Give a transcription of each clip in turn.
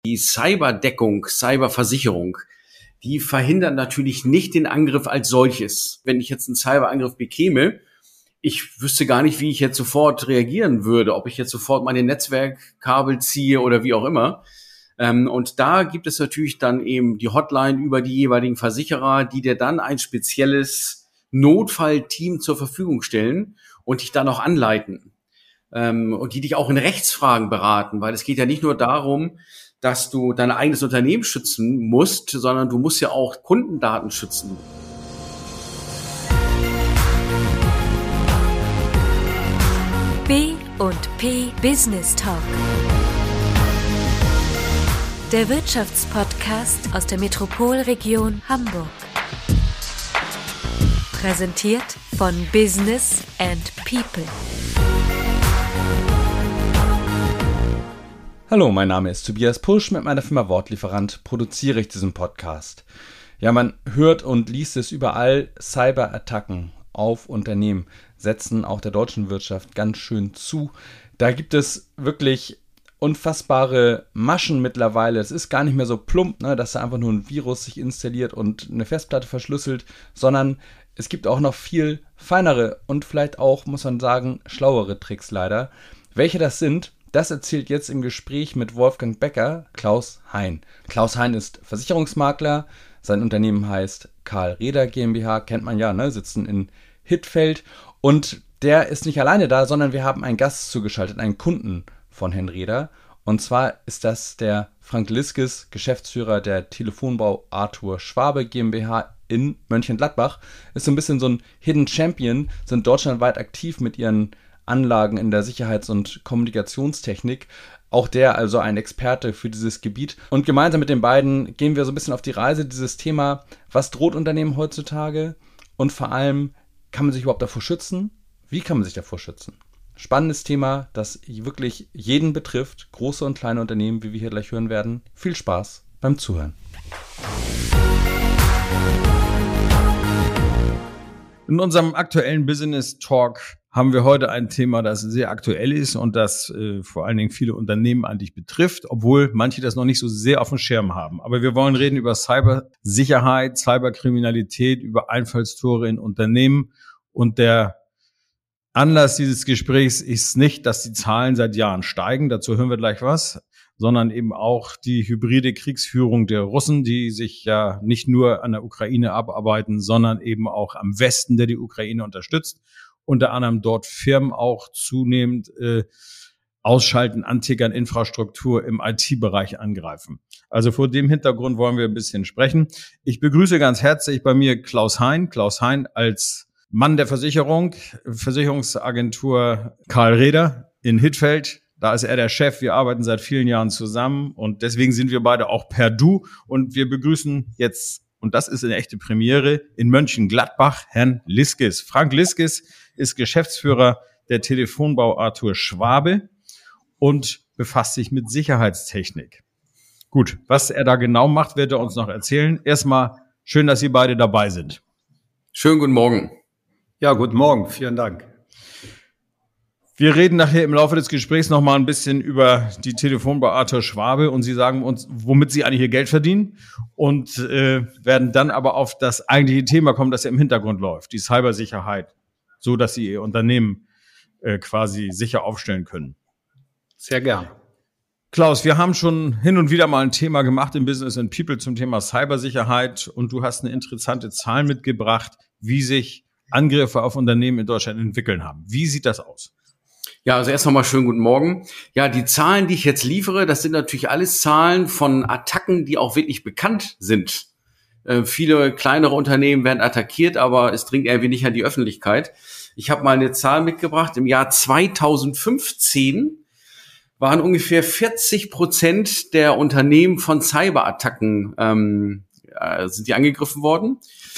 Die Cyberdeckung, Cyberversicherung, die verhindert natürlich nicht den Angriff als solches. Wenn ich jetzt einen Cyberangriff bekäme, ich wüsste gar nicht, wie ich jetzt sofort reagieren würde, ob ich jetzt sofort meine Netzwerkkabel ziehe oder wie auch immer. Und da gibt es natürlich dann eben die Hotline über die jeweiligen Versicherer, die dir dann ein spezielles Notfallteam zur Verfügung stellen und dich dann auch anleiten. Und die dich auch in Rechtsfragen beraten, weil es geht ja nicht nur darum, dass du dein eigenes Unternehmen schützen musst, sondern du musst ja auch Kundendaten schützen. B&P Business Talk. Der Wirtschaftspodcast aus der Metropolregion Hamburg. Präsentiert von Business and People. Hallo, mein Name ist Tobias Pusch. Mit meiner Firma Wortlieferant produziere ich diesen Podcast. Ja, man hört und liest es überall. Cyberattacken auf Unternehmen setzen auch der deutschen Wirtschaft ganz schön zu. Da gibt es wirklich unfassbare Maschen mittlerweile. Es ist gar nicht mehr so plump, dass da einfach nur ein Virus sich installiert und eine Festplatte verschlüsselt, sondern es gibt auch noch viel feinere und vielleicht auch, muss man sagen, schlauere Tricks leider. Welche das sind, das erzählt jetzt im Gespräch mit Wolfgang Becker Klaus Hein. Klaus Hein ist Versicherungsmakler. Sein Unternehmen heißt Karl Reder GmbH, kennt man ja, sitzen in Hittfeld. Und der ist nicht alleine da, sondern wir haben einen Gast zugeschaltet, einen Kunden von Herrn Reder. Und zwar ist das der Frank Liskes, Geschäftsführer der Telefonbau Arthur Schwabe GmbH in Mönchengladbach. Ist so ein bisschen so ein Hidden Champion, sind deutschlandweit aktiv mit ihren Anlagen in der Sicherheits- und Kommunikationstechnik. Auch der also ein Experte für dieses Gebiet. Und gemeinsam mit den beiden gehen wir so ein bisschen auf die Reise dieses Thema, was droht Unternehmen heutzutage und vor allem, kann man sich überhaupt davor schützen? Wie kann man sich davor schützen? Spannendes Thema, das wirklich jeden betrifft, große und kleine Unternehmen, wie wir hier gleich hören werden. Viel Spaß beim Zuhören. In unserem aktuellen Business Talk haben wir heute ein Thema, das sehr aktuell ist und das vor allen Dingen viele Unternehmen eigentlich betrifft, obwohl manche das noch nicht so sehr auf dem Schirm haben. Aber wir wollen reden über Cybersicherheit, Cyberkriminalität, über Einfallstore in Unternehmen. Und der Anlass dieses Gesprächs ist nicht, dass die Zahlen seit Jahren steigen, dazu hören wir gleich was, sondern eben auch die hybride Kriegsführung der Russen, die sich ja nicht nur an der Ukraine abarbeiten, sondern eben auch am Westen, der die Ukraine unterstützt. Unter anderem dort Firmen auch zunehmend ausschalten, antickern, Infrastruktur im IT-Bereich angreifen. Also vor dem Hintergrund wollen wir ein bisschen sprechen. Ich begrüße ganz herzlich bei mir Klaus Hein. Klaus Hein als Mann der Versicherung, Versicherungsagentur Karl Reder in Hittfeld. Da ist er der Chef. Wir arbeiten seit vielen Jahren zusammen und deswegen sind wir beide auch per Du. Und wir begrüßen jetzt, und das ist eine echte Premiere, in Mönchengladbach Herrn Liskes. Frank Liskes ist Geschäftsführer der Telefonbau Arthur Schwabe und befasst sich mit Sicherheitstechnik. Gut, was er da genau macht, wird er uns noch erzählen. Erstmal schön, dass Sie beide dabei sind. Schönen guten Morgen. Ja, guten Morgen. Vielen Dank. Wir reden nachher im Laufe des Gesprächs noch mal ein bisschen über die Telefonbau Arthur Schwabe und Sie sagen uns, womit Sie eigentlich Ihr Geld verdienen und werden dann aber auf das eigentliche Thema kommen, das ja im Hintergrund läuft, die Cybersicherheit, so dass Sie Ihr Unternehmen quasi sicher aufstellen können. Sehr gern. Klaus, wir haben schon hin und wieder mal ein Thema gemacht im Business and People zum Thema Cybersicherheit und du hast eine interessante Zahl mitgebracht, wie sich Angriffe auf Unternehmen in Deutschland entwickeln haben. Wie sieht das aus? Ja, also erst nochmal schönen guten Morgen. Ja, die Zahlen, die ich jetzt liefere, das sind natürlich alles Zahlen von Attacken, die auch wirklich bekannt sind. Viele kleinere Unternehmen werden attackiert, aber es dringt eher wenig an die Öffentlichkeit. Ich habe mal eine Zahl mitgebracht. Im Jahr 2015 waren ungefähr 40% der Unternehmen von Cyberattacken sind die angegriffen worden.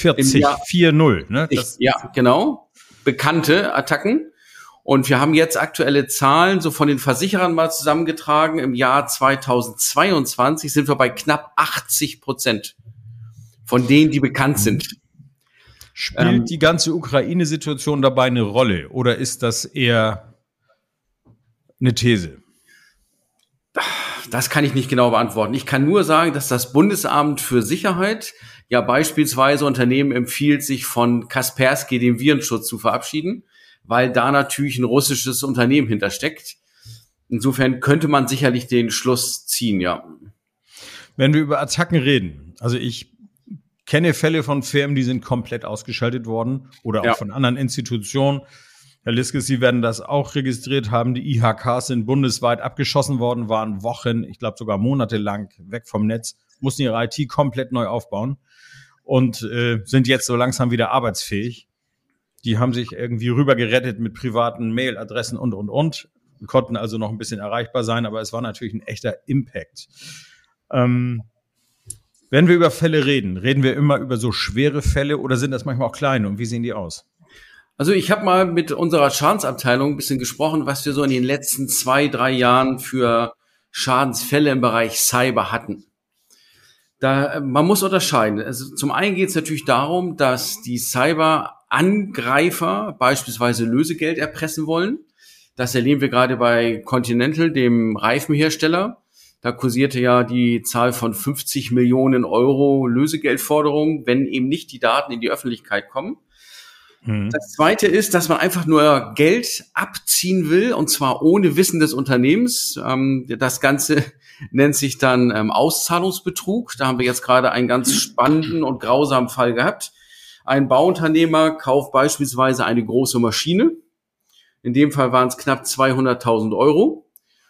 40, ne? Ja, genau. Bekannte Attacken. Und wir haben jetzt aktuelle Zahlen, so von den Versicherern mal zusammengetragen. Im Jahr 2022 sind wir bei knapp 80% von denen, die bekannt sind. Spielt die ganze Ukraine-Situation dabei eine Rolle oder ist das eher eine These? Das kann ich nicht genau beantworten. Ich kann nur sagen, dass das Bundesamt für Sicherheit ja beispielsweise Unternehmen empfiehlt, sich von Kaspersky, dem Virenschutz, zu verabschieden, weil da natürlich ein russisches Unternehmen hintersteckt. Insofern könnte man sicherlich den Schluss ziehen, ja. Wenn wir über Attacken reden, also ich kenne Fälle von Firmen, die sind komplett ausgeschaltet worden oder auch von anderen Institutionen. Herr Liskes, Sie werden das auch registriert haben. Die IHKs sind bundesweit abgeschossen worden, waren Wochen, ich glaube sogar monatelang weg vom Netz, mussten ihre IT komplett neu aufbauen und sind jetzt so langsam wieder arbeitsfähig. Die haben sich irgendwie rüber gerettet mit privaten Mailadressen und. Konnten also noch ein bisschen erreichbar sein, aber es war natürlich ein echter Impact. Wenn wir über Fälle reden wir immer über so schwere Fälle oder sind das manchmal auch kleine und wie sehen die aus? Also ich habe mal mit unserer Schadensabteilung ein bisschen gesprochen, was wir so in den letzten 2-3 Jahren für Schadensfälle im Bereich Cyber hatten. Man muss unterscheiden. Also zum einen geht es natürlich darum, dass die Cyber-Angreifer beispielsweise Lösegeld erpressen wollen. Das erleben wir gerade bei Continental, dem Reifenhersteller. Da kursierte ja die Zahl von 50 Millionen Euro Lösegeldforderung, wenn eben nicht die Daten in die Öffentlichkeit kommen. Das Zweite ist, dass man einfach nur Geld abziehen will, und zwar ohne Wissen des Unternehmens. Das Ganze nennt sich dann Auszahlungsbetrug. Da haben wir jetzt gerade einen ganz spannenden und grausamen Fall gehabt. Ein Bauunternehmer kauft beispielsweise eine große Maschine. In dem Fall waren es knapp 200.000 Euro.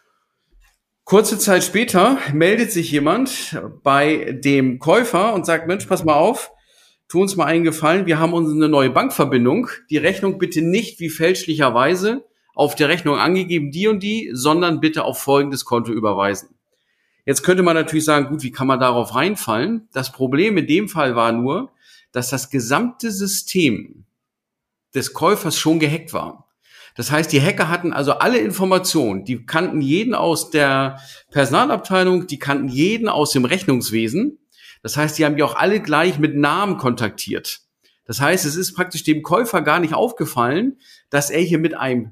Kurze Zeit später meldet sich jemand bei dem Käufer und sagt, Mensch, pass mal auf, tu uns mal einen Gefallen, wir haben uns eine neue Bankverbindung. Die Rechnung bitte nicht wie fälschlicherweise auf der Rechnung angegeben, die und die, sondern bitte auf folgendes Konto überweisen. Jetzt könnte man natürlich sagen, gut, wie kann man darauf reinfallen? Das Problem in dem Fall war nur, dass das gesamte System des Käufers schon gehackt war. Das heißt, die Hacker hatten also alle Informationen, die kannten jeden aus der Personalabteilung, die kannten jeden aus dem Rechnungswesen. Das heißt, die haben die auch alle gleich mit Namen kontaktiert. Das heißt, es ist praktisch dem Käufer gar nicht aufgefallen, dass er hier mit einem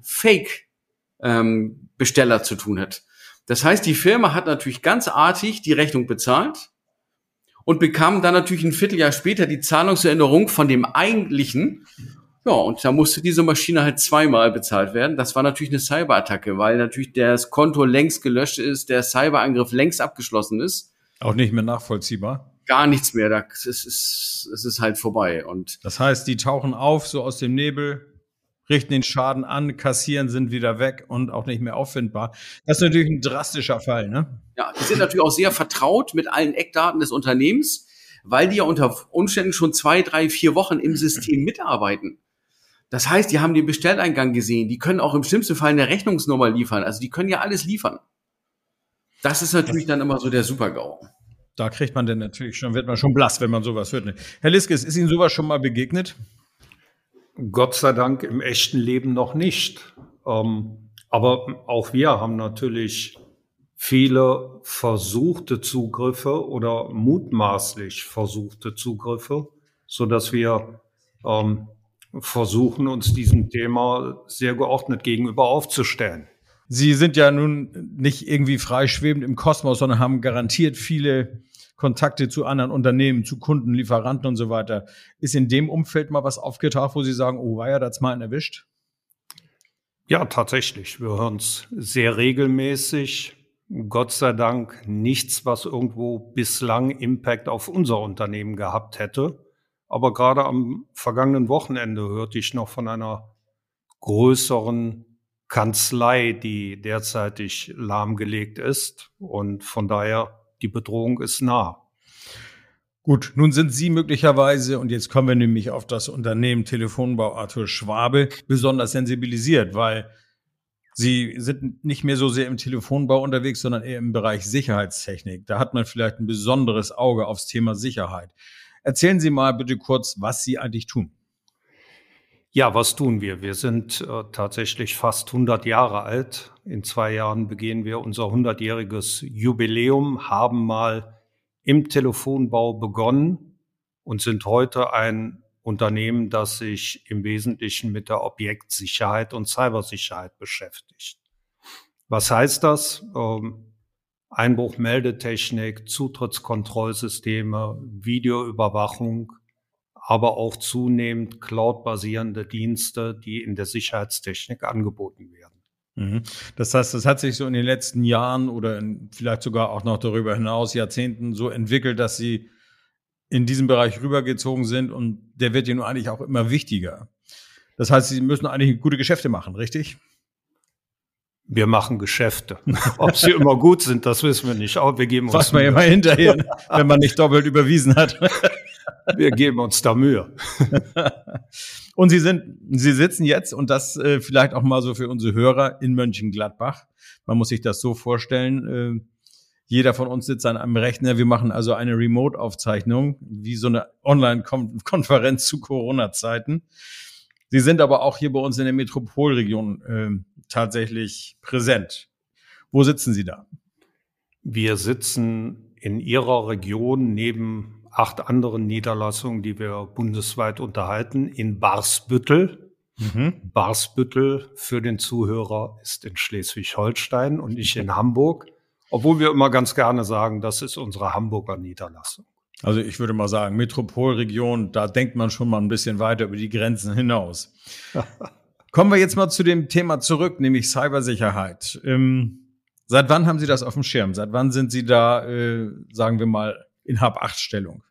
Fake-Besteller zu tun hat. Das heißt, die Firma hat natürlich ganz artig die Rechnung bezahlt und bekam dann natürlich ein Vierteljahr später die Zahlungserinnerung von dem eigentlichen. Ja, und da musste diese Maschine halt 2-mal bezahlt werden. Das war natürlich eine Cyberattacke, weil natürlich das Konto längst gelöscht ist, der Cyberangriff längst abgeschlossen ist. Auch nicht mehr nachvollziehbar? Gar nichts mehr, es ist halt vorbei. Und das heißt, die tauchen auf, so aus dem Nebel, richten den Schaden an, kassieren, sind wieder weg und auch nicht mehr auffindbar. Das ist natürlich ein drastischer Fall, ne? Ja, die sind natürlich auch sehr vertraut mit allen Eckdaten des Unternehmens, weil die ja unter Umständen schon 2, 3, 4 Wochen im System mitarbeiten. Das heißt, die haben den Bestelleingang gesehen, die können auch im schlimmsten Fall eine Rechnungsnummer liefern, also die können ja alles liefern. Das ist natürlich dann immer so der Super-GAU. Da kriegt man dann natürlich schon, wird man schon blass, wenn man sowas hört. Herr Liskes, ist Ihnen sowas schon mal begegnet? Gott sei Dank im echten Leben noch nicht. Aber auch wir haben natürlich viele versuchte Zugriffe oder mutmaßlich versuchte Zugriffe, so dass wir versuchen, uns diesem Thema sehr geordnet gegenüber aufzustellen. Sie sind ja nun nicht irgendwie freischwebend im Kosmos, sondern haben garantiert viele Kontakte zu anderen Unternehmen, zu Kunden, Lieferanten und so weiter. Ist in dem Umfeld mal was aufgetaucht, wo Sie sagen, oh weia, da hat's mal einen erwischt? Ja, tatsächlich. Wir hören es sehr regelmäßig. Gott sei Dank nichts, was irgendwo bislang Impact auf unser Unternehmen gehabt hätte. Aber gerade am vergangenen Wochenende hörte ich noch von einer größeren Kanzlei, die derzeitig lahmgelegt ist. Und von daher, die Bedrohung ist nah. Gut, nun sind Sie möglicherweise, und jetzt kommen wir nämlich auf das Unternehmen Telefonbau Arthur Schwabe, besonders sensibilisiert, weil Sie sind nicht mehr so sehr im Telefonbau unterwegs, sondern eher im Bereich Sicherheitstechnik. Da hat man vielleicht ein besonderes Auge aufs Thema Sicherheit. Erzählen Sie mal bitte kurz, was Sie eigentlich tun. Ja, was tun wir? Wir sind tatsächlich fast 100 Jahre alt. In 2 Jahren begehen wir unser 100-jähriges Jubiläum, haben mal im Telefonbau begonnen und sind heute ein Unternehmen, das sich im Wesentlichen mit der Objektsicherheit und Cybersicherheit beschäftigt. Was heißt das? Einbruchmeldetechnik, Zutrittskontrollsysteme, Videoüberwachung, aber auch zunehmend cloud-basierende Dienste, die in der Sicherheitstechnik angeboten werden. Das heißt, das hat sich so in den letzten Jahren oder vielleicht sogar auch noch darüber hinaus Jahrzehnten so entwickelt, dass Sie in diesem Bereich rübergezogen sind und der wird ja nun eigentlich auch immer wichtiger. Das heißt, Sie müssen eigentlich gute Geschäfte machen, richtig? Wir machen Geschäfte. Ob sie immer gut sind, das wissen wir nicht. Aber wir geben uns Weiß man ja mal hinterher, wenn man nicht doppelt überwiesen hat. Wir geben uns da Mühe. Und Sie sitzen jetzt, und das vielleicht auch mal so für unsere Hörer, in Mönchengladbach. Man muss sich das so vorstellen, jeder von uns sitzt an einem Rechner. Wir machen also eine Remote-Aufzeichnung, wie so eine Online-Konferenz zu Corona-Zeiten. Sie sind aber auch hier bei uns in der Metropolregion tatsächlich präsent. Wo sitzen Sie da? Wir sitzen in Ihrer Region neben 8 anderen Niederlassungen, die wir bundesweit unterhalten, in Barsbüttel. Barsbüttel für den Zuhörer ist in Schleswig-Holstein und nicht in Hamburg, obwohl wir immer ganz gerne sagen, das ist unsere Hamburger Niederlassung. Also ich würde mal sagen, Metropolregion, da denkt man schon mal ein bisschen weiter über die Grenzen hinaus. Kommen wir jetzt mal zu dem Thema zurück, nämlich Cybersicherheit. Seit wann haben Sie das auf dem Schirm? Seit wann sind Sie da, sagen wir mal, in Hab-8-Stellung?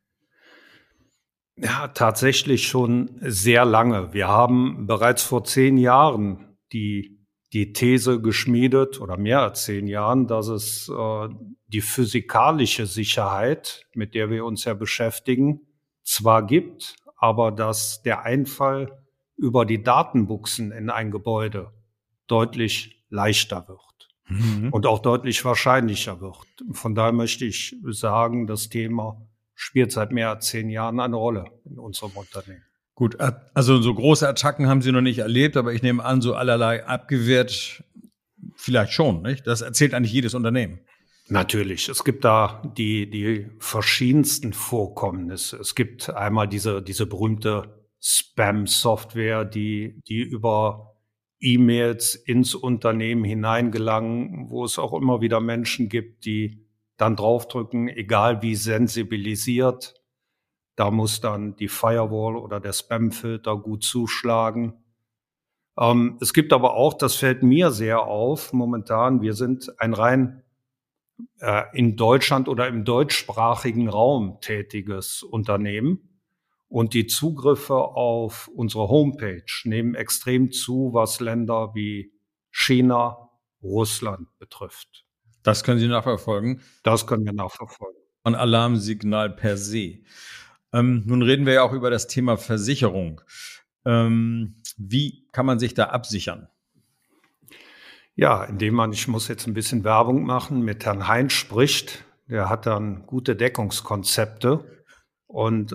Ja, tatsächlich schon sehr lange. Wir haben bereits vor 10 Jahren die These geschmiedet, oder mehr als 10 Jahren, dass es die physikalische Sicherheit, mit der wir uns ja beschäftigen, zwar gibt, aber dass der Einfall über die Datenbuchsen in ein Gebäude deutlich leichter wird und auch deutlich wahrscheinlicher wird. Von daher möchte ich sagen, das Thema spielt seit mehr als 10 Jahren eine Rolle in unserem Unternehmen. Gut, also so große Attacken haben Sie noch nicht erlebt, aber ich nehme an, so allerlei abgewehrt vielleicht schon, nicht? Das erzählt eigentlich jedes Unternehmen. Natürlich, es gibt da die verschiedensten Vorkommnisse. Es gibt einmal diese berühmte Spam-Software, die über E-Mails ins Unternehmen hineingelangen, wo es auch immer wieder Menschen gibt, die dann draufdrücken, egal wie sensibilisiert. Da muss dann die Firewall oder der Spam-Filter gut zuschlagen. Es gibt aber auch, das fällt mir sehr auf, momentan, wir sind ein rein in Deutschland oder im deutschsprachigen Raum tätiges Unternehmen. Und die Zugriffe auf unsere Homepage nehmen extrem zu, was Länder wie China, Russland betrifft. Das können Sie nachverfolgen? Das können wir nachverfolgen. Ein Alarmsignal per se. Nun reden wir ja auch über das Thema Versicherung. Wie kann man sich da absichern? Ja, indem man, ich muss jetzt ein bisschen Werbung machen, mit Herrn Heinz spricht. Der hat dann gute Deckungskonzepte und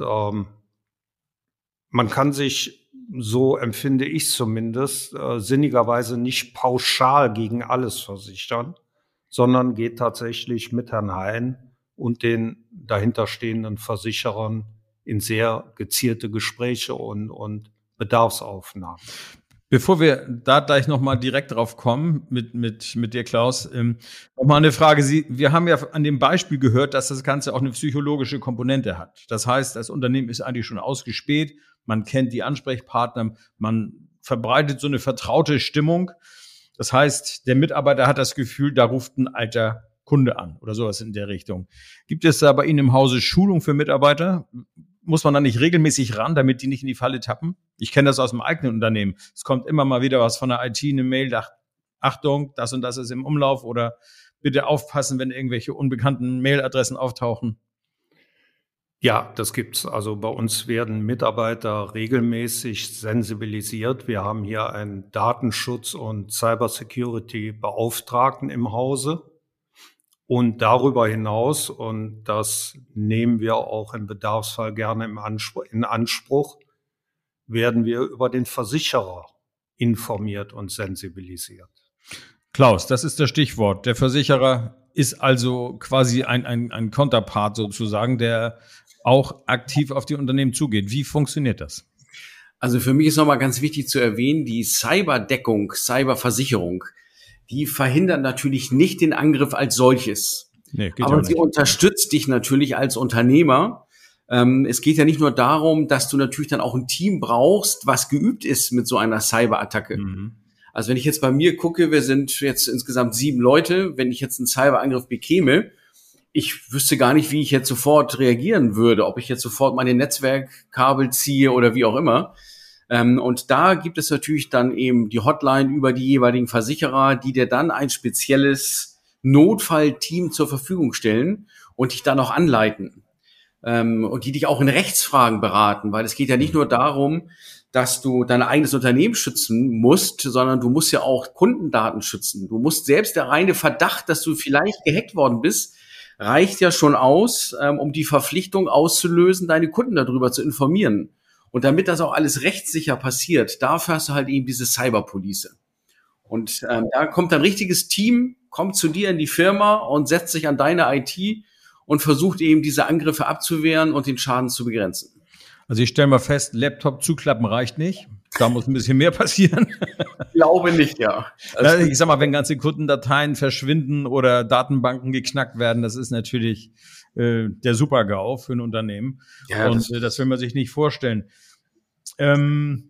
man kann sich, so empfinde ich zumindest, sinnigerweise nicht pauschal gegen alles versichern, sondern geht tatsächlich mit Herrn Hein und den dahinterstehenden Versicherern in sehr gezielte Gespräche und Bedarfsaufnahmen. Bevor wir da gleich nochmal direkt drauf kommen mit dir, Klaus, nochmal eine Frage. Wir haben ja an dem Beispiel gehört, dass das Ganze auch eine psychologische Komponente hat. Das heißt, das Unternehmen ist eigentlich schon ausgespäht, man kennt die Ansprechpartner, man verbreitet so eine vertraute Stimmung. Das heißt, der Mitarbeiter hat das Gefühl, da ruft ein alter Kunde an oder sowas in der Richtung. Gibt es da bei Ihnen im Hause Schulung für Mitarbeiter? Muss man da nicht regelmäßig ran, damit die nicht in die Falle tappen? Ich kenne das aus dem eigenen Unternehmen. Es kommt immer mal wieder was von der IT, eine Mail, Achtung, das und das ist im Umlauf oder bitte aufpassen, wenn irgendwelche unbekannten Mailadressen auftauchen. Ja, das gibt's. Also bei uns werden Mitarbeiter regelmäßig sensibilisiert. Wir haben hier einen Datenschutz- und Cybersecurity-Beauftragten im Hause. Und darüber hinaus, und das nehmen wir auch im Bedarfsfall gerne in Anspruch, werden wir über den Versicherer informiert und sensibilisiert. Klaus, das ist das Stichwort. Der Versicherer ist also quasi ein Konterpart sozusagen, der auch aktiv auf die Unternehmen zugeht. Wie funktioniert das? Also für mich ist nochmal ganz wichtig zu erwähnen, die Cyberdeckung, Cyberversicherung, die verhindert natürlich nicht den Angriff als solches. Nee, geht Aber ja sie nicht. unterstützt dich natürlich als Unternehmer. Es geht ja nicht nur darum, dass du natürlich dann auch ein Team brauchst, was geübt ist mit so einer Cyberattacke. Also wenn ich jetzt bei mir gucke, wir sind jetzt insgesamt 7 Leute, wenn ich jetzt einen Cyberangriff bekäme, ich wüsste gar nicht, wie ich jetzt sofort reagieren würde, ob ich jetzt sofort meine Netzwerkkabel ziehe oder wie auch immer. Und da gibt es natürlich dann eben die Hotline über die jeweiligen Versicherer, die dir dann ein spezielles Notfallteam zur Verfügung stellen und dich dann auch anleiten. Und die dich auch in Rechtsfragen beraten, weil es geht ja nicht nur darum, dass du dein eigenes Unternehmen schützen musst, sondern du musst ja auch Kundendaten schützen. Du musst selbst der reine Verdacht, dass du vielleicht gehackt worden bist, reicht ja schon aus, um die Verpflichtung auszulösen, deine Kunden darüber zu informieren. Und damit das auch alles rechtssicher passiert, dafür hast du halt eben diese Cyberpolice. Und da kommt ein richtiges Team, kommt zu dir in die Firma und setzt sich an deine IT und versucht eben diese Angriffe abzuwehren und den Schaden zu begrenzen. Also ich stelle mal fest, Laptop zuklappen reicht nicht. Da muss ein bisschen mehr passieren. Ich glaube nicht, ja. Also Ich sag mal, wenn ganze Kundendateien verschwinden oder Datenbanken geknackt werden, das ist natürlich der Super-GAU für ein Unternehmen. Ja, und das will man sich nicht vorstellen. Kann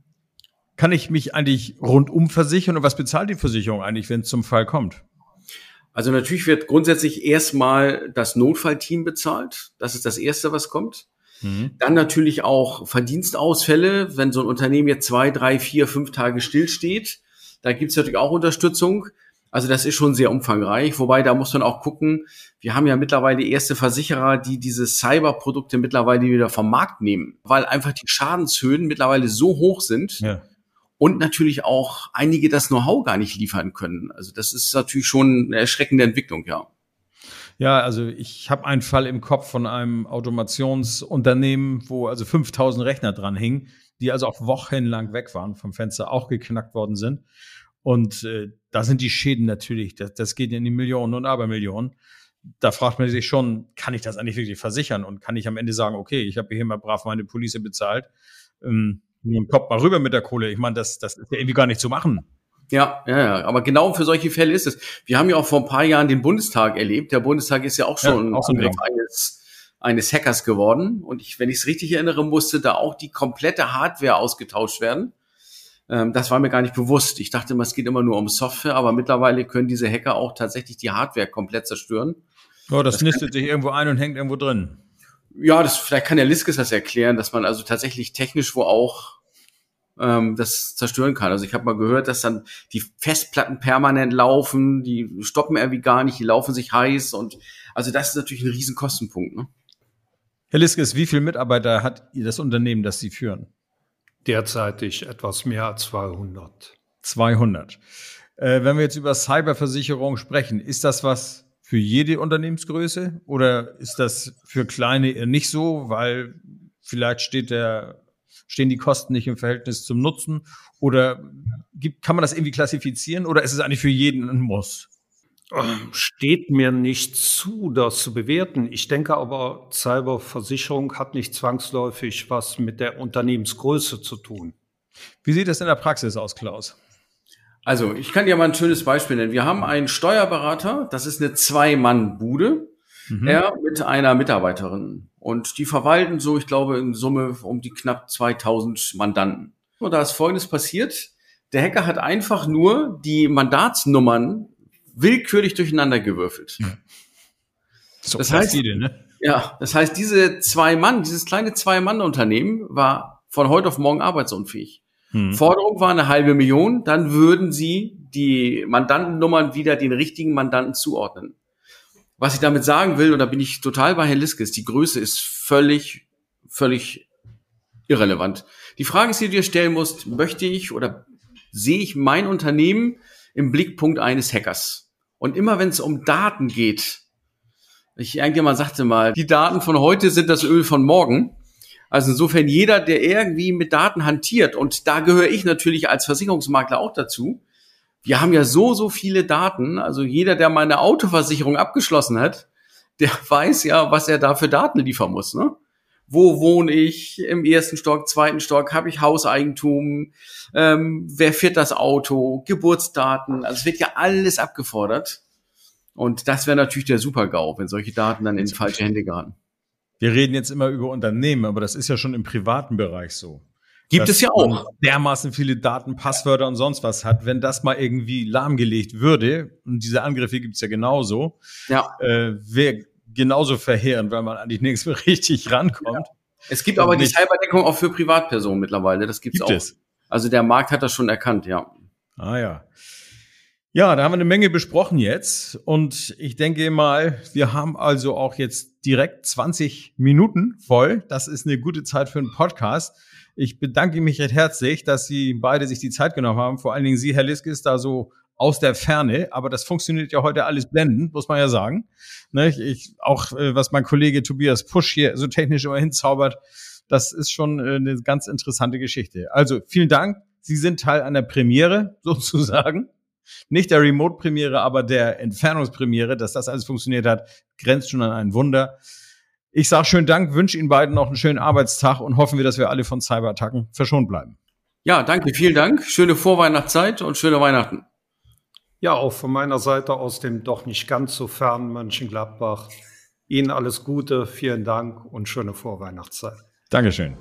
ich mich eigentlich rundum versichern und was bezahlt die Versicherung eigentlich, wenn es zum Fall kommt? Also natürlich wird grundsätzlich erstmal das Notfallteam bezahlt. Das ist das Erste, was kommt. Dann natürlich auch Verdienstausfälle, wenn so ein Unternehmen jetzt 2, 3, 4, 5 Tage stillsteht. Da gibt es natürlich auch Unterstützung. Also das ist schon sehr umfangreich. Wobei, da muss man auch gucken, wir haben ja mittlerweile erste Versicherer, die diese Cyberprodukte mittlerweile wieder vom Markt nehmen, weil einfach die Schadenshöhen mittlerweile so hoch sind. Ja. Und natürlich auch einige das Know-how gar nicht liefern können. Also das ist natürlich schon eine erschreckende Entwicklung, ja. Ja, also ich habe einen Fall im Kopf von einem Automationsunternehmen, wo also 5000 Rechner dran hingen, die also auch wochenlang weg waren, vom Fenster auch geknackt worden sind. Und da sind die Schäden natürlich, das geht in die Millionen und Abermillionen. Da fragt man sich schon, kann ich das eigentlich wirklich versichern? Und kann ich am Ende sagen, okay, ich habe hier mal brav meine Police bezahlt, nun kommt mal rüber mit der Kohle. Ich meine, das ist ja irgendwie gar nicht zu machen. Ja, aber genau für solche Fälle ist es. Wir haben ja auch vor ein paar Jahren den Bundestag erlebt. Der Bundestag ist ja auch schon auch so ein Ding. eines Hackers geworden. Und wenn ich es richtig erinnere, musste da auch die komplette Hardware ausgetauscht werden. Das war mir gar nicht bewusst. Ich dachte immer, es geht immer nur um Software, aber mittlerweile können diese Hacker auch tatsächlich die Hardware komplett zerstören. Ja, das nistet sich irgendwo ein und hängt irgendwo drin. Ja, vielleicht kann der Liskes das erklären, dass man also tatsächlich technisch wo auch das zerstören kann. Also ich habe mal gehört, dass dann die Festplatten permanent laufen, die stoppen irgendwie gar nicht, die laufen sich heiß und also das ist natürlich ein riesen Kostenpunkt. Ne? Herr Liskes, wie viele Mitarbeiter hat das Unternehmen, das Sie führen? Derzeitig etwas mehr als 200. 200. Wenn wir jetzt über Cyberversicherung sprechen, ist das was für jede Unternehmensgröße oder ist das für kleine eher nicht so, weil vielleicht stehen die Kosten nicht im Verhältnis zum Nutzen oder kann man das irgendwie klassifizieren oder ist es eigentlich für jeden ein Muss? Steht mir nicht zu, das zu bewerten. Ich denke aber, Cyberversicherung hat nicht zwangsläufig was mit der Unternehmensgröße zu tun. Wie sieht das in der Praxis aus, Klaus? Also ich kann dir mal ein schönes Beispiel nennen. Wir haben einen Steuerberater, das ist eine 2-Mann-Bude, er mit einer Mitarbeiterin. Und die verwalten so, ich glaube, in Summe um die knapp 2000 Mandanten. Und da ist Folgendes passiert. Der Hacker hat einfach nur die Mandatsnummern willkürlich durcheinander gewürfelt. So das heißt, viele, ne? Ja, das heißt, dieses kleine 2-Mann-Unternehmen war von heute auf morgen arbeitsunfähig. Forderung war 500.000, dann würden sie die Mandantennummern wieder den richtigen Mandanten zuordnen. Was ich damit sagen will, und da bin ich total bei Herrn Liskes, die Größe ist völlig irrelevant. Die Frage ist, die du dir stellen musst, möchte ich oder sehe ich mein Unternehmen im Blickpunkt eines Hackers? Und immer wenn es um Daten geht, irgendjemand sagte mal, die Daten von heute sind das Öl von morgen. Also insofern jeder, der irgendwie mit Daten hantiert, und da gehöre ich natürlich als Versicherungsmakler auch dazu. Wir haben ja so viele Daten, also jeder, der mal eine Autoversicherung abgeschlossen hat, der weiß ja, was er da für Daten liefern muss, ne? Wo wohne ich? Im 1. Stock, 2. Stock? Habe ich Hauseigentum? Wer fährt das Auto? Geburtsdaten? Also es wird ja alles abgefordert. Und das wäre natürlich der Super-GAU, wenn solche Daten dann in falsche Hände geraten. Wir reden jetzt immer über Unternehmen, aber das ist ja schon im privaten Bereich so. Gibt es ja auch. Dermaßen viele Daten, Passwörter und sonst was hat. Wenn das mal irgendwie lahmgelegt würde, und diese Angriffe gibt's ja genauso, wäre genauso verheerend, weil man eigentlich nirgends mehr richtig rankommt. Ja. Es gibt aber die Cyberdeckung auch für Privatpersonen mittlerweile. Das gibt's auch. Also der Markt hat das schon erkannt, ja. Ah ja. Ja, da haben wir eine Menge besprochen jetzt. Und ich denke mal, wir haben also auch jetzt direkt 20 Minuten voll. Das ist eine gute Zeit für einen Podcast. Ich bedanke mich recht herzlich, dass Sie beide sich die Zeit genommen haben. Vor allen Dingen Sie, Herr Liskes, da so aus der Ferne. Aber das funktioniert ja heute alles blendend, muss man ja sagen. Ne, auch was mein Kollege Tobias Pusch hier so technisch immer hinzaubert, das ist schon eine ganz interessante Geschichte. Also vielen Dank. Sie sind Teil einer Premiere sozusagen. Nicht der Remote-Premiere, aber der Entfernungspremiere. Dass das alles funktioniert hat, grenzt schon an ein Wunder. Ich sage schönen Dank, wünsche Ihnen beiden noch einen schönen Arbeitstag und hoffen wir, dass wir alle von Cyberattacken verschont bleiben. Ja, danke, vielen Dank. Schöne Vorweihnachtszeit und schöne Weihnachten. Ja, auch von meiner Seite aus dem doch nicht ganz so fernen Mönchengladbach. Ihnen alles Gute, vielen Dank und schöne Vorweihnachtszeit. Dankeschön.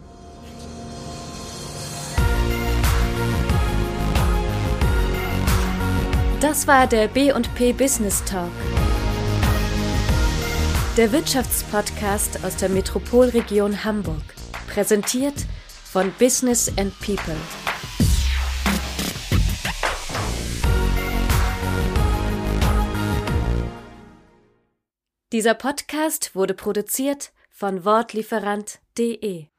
Das war der B&P Business Talk. Der Wirtschaftspodcast aus der Metropolregion Hamburg. Präsentiert von Business and People. Dieser Podcast wurde produziert von Wortlieferant.de.